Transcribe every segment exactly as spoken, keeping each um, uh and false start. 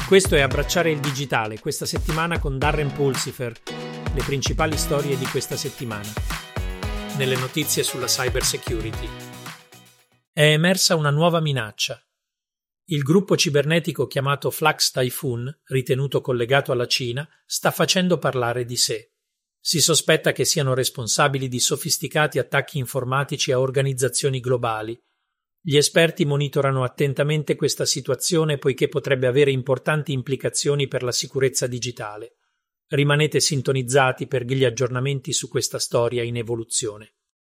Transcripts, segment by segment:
Questo è Abbracciare il digitale, questa settimana con Darren Pulsifer, le principali storie di questa settimana. Nelle notizie sulla cyber security. È emersa una nuova minaccia. Il gruppo cibernetico chiamato Flux Typhoon, ritenuto collegato alla Cina, sta facendo parlare di sé. Si sospetta che siano responsabili di sofisticati attacchi informatici a organizzazioni globali. Gli esperti monitorano attentamente questa situazione poiché potrebbe avere importanti implicazioni per la sicurezza digitale. Rimanete sintonizzati per gli aggiornamenti su questa storia in evoluzione.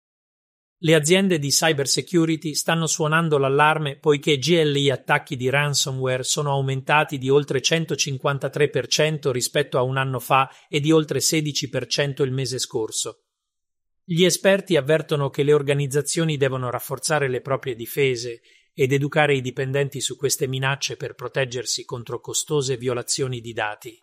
Le aziende di cybersecurity stanno suonando l'allarme poiché G L I attacchi di ransomware sono aumentati di oltre centocinquantatré per cento rispetto a un anno fa e di oltre sedici per cento il mese scorso. Gli esperti avvertono che le organizzazioni devono rafforzare le proprie difese ed educare i dipendenti su queste minacce per proteggersi contro costose violazioni di dati.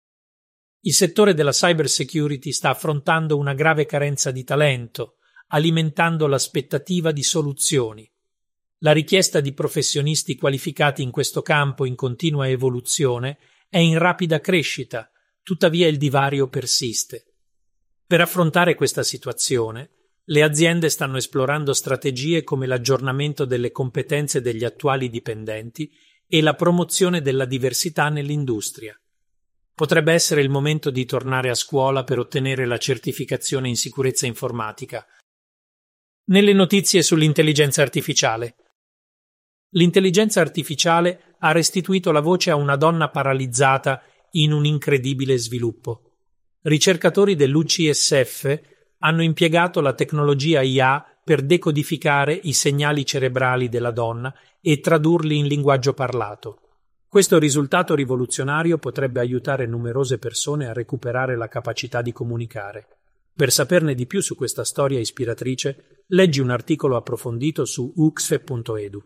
Il settore della cybersecurity sta affrontando una grave carenza di talento, alimentando l'aspettativa di soluzioni. La richiesta di professionisti qualificati in questo campo in continua evoluzione è in rapida crescita, tuttavia il divario persiste. Per affrontare questa situazione, le aziende stanno esplorando strategie come l'aggiornamento delle competenze degli attuali dipendenti e la promozione della diversità nell'industria. Potrebbe essere il momento di tornare a scuola per ottenere la certificazione in sicurezza informatica. Nelle notizie sull'intelligenza artificiale. L'intelligenza artificiale ha restituito la voce a una donna paralizzata in un incredibile sviluppo. Ricercatori dell'U C S F hanno impiegato la tecnologia I A per decodificare i segnali cerebrali della donna e tradurli in linguaggio parlato. Questo risultato rivoluzionario potrebbe aiutare numerose persone a recuperare la capacità di comunicare. Per saperne di più su questa storia ispiratrice, leggi un articolo approfondito su U X F E punto edu.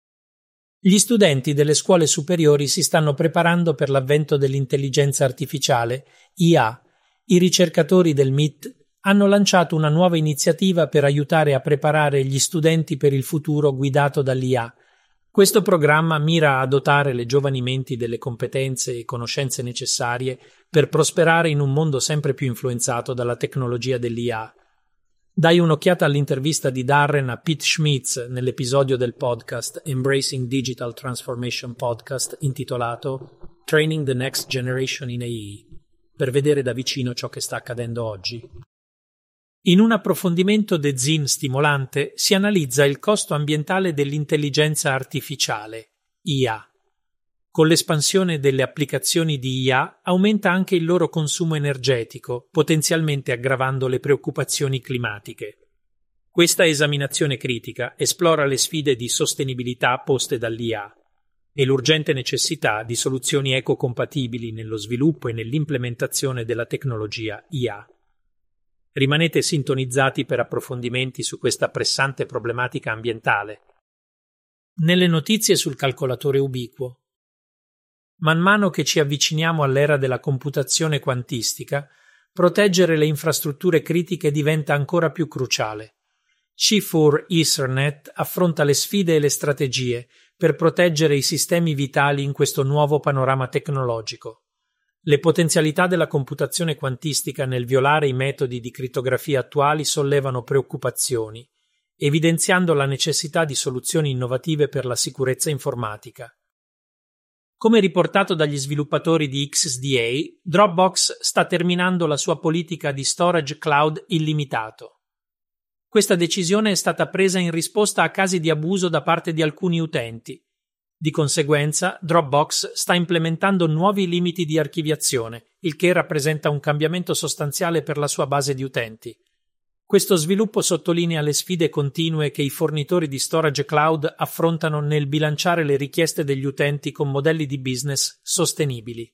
Gli studenti delle scuole superiori si stanno preparando per l'avvento dell'intelligenza artificiale, I A. I ricercatori del M I T hanno lanciato una nuova iniziativa per aiutare a preparare gli studenti per il futuro guidato dall'I A. Questo programma mira a dotare le giovani menti delle competenze e conoscenze necessarie per prosperare in un mondo sempre più influenzato dalla tecnologia dell'I A. Dai un'occhiata all'intervista di Darren a Pete Schmitz nell'episodio del podcast Embracing Digital Transformation Podcast intitolato Training the Next Generation in A I, per vedere da vicino ciò che sta accadendo oggi. In un approfondimento de Zin stimolante si analizza il costo ambientale dell'intelligenza artificiale, I A. Con l'espansione delle applicazioni di I A aumenta anche il loro consumo energetico, potenzialmente aggravando le preoccupazioni climatiche. Questa esaminazione critica esplora le sfide di sostenibilità poste dall'I A e l'urgente necessità di soluzioni ecocompatibili nello sviluppo e nell'implementazione della tecnologia I A. Rimanete sintonizzati per approfondimenti su questa pressante problematica ambientale. Nelle notizie sul calcolatore ubiquo. Man mano che ci avviciniamo all'era della computazione quantistica, proteggere le infrastrutture critiche diventa ancora più cruciale. C quattro Ethernet affronta le sfide e le strategie per proteggere i sistemi vitali in questo nuovo panorama tecnologico. Le potenzialità della computazione quantistica nel violare i metodi di crittografia attuali sollevano preoccupazioni, evidenziando la necessità di soluzioni innovative per la sicurezza informatica. Come riportato dagli sviluppatori di X S D A, Dropbox sta terminando la sua politica di storage cloud illimitato. Questa decisione è stata presa in risposta a casi di abuso da parte di alcuni utenti. Di conseguenza, Dropbox sta implementando nuovi limiti di archiviazione, il che rappresenta un cambiamento sostanziale per la sua base di utenti. Questo sviluppo sottolinea le sfide continue che i fornitori di storage cloud affrontano nel bilanciare le richieste degli utenti con modelli di business sostenibili.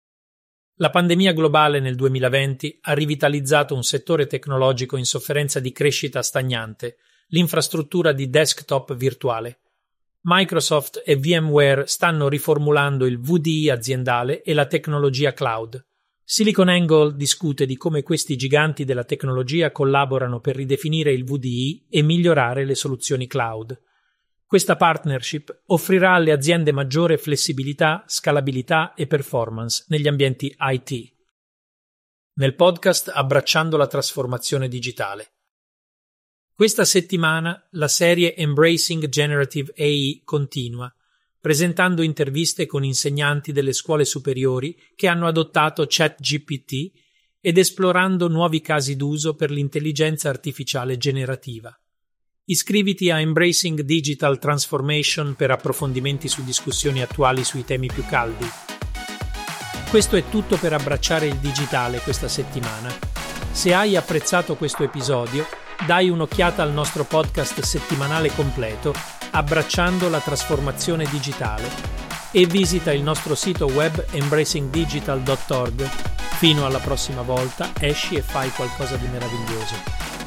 La pandemia globale nel duemilaventi ha rivitalizzato un settore tecnologico in sofferenza di crescita stagnante, l'infrastruttura di desktop virtuale. Microsoft e VMware stanno riformulando il V D I aziendale e la tecnologia cloud. SiliconANGLE discute di come questi giganti della tecnologia collaborano per ridefinire il V D I e migliorare le soluzioni cloud. Questa partnership offrirà alle aziende maggiore flessibilità, scalabilità e performance negli ambienti I T. Nel podcast Abbracciando la trasformazione digitale. Questa settimana la serie Embracing Generative A I continua, presentando interviste con insegnanti delle scuole superiori che hanno adottato ChatGPT ed esplorando nuovi casi d'uso per l'intelligenza artificiale generativa. Iscriviti a Embracing Digital Transformation per approfondimenti su discussioni attuali sui temi più caldi. Questo è tutto per abbracciare il digitale questa settimana. Se hai apprezzato questo episodio, dai un'occhiata al nostro podcast settimanale completo Abbracciando la trasformazione digitale e visita il nostro sito web embracing digital dot org. Fino alla prossima volta, esci e fai qualcosa di meraviglioso.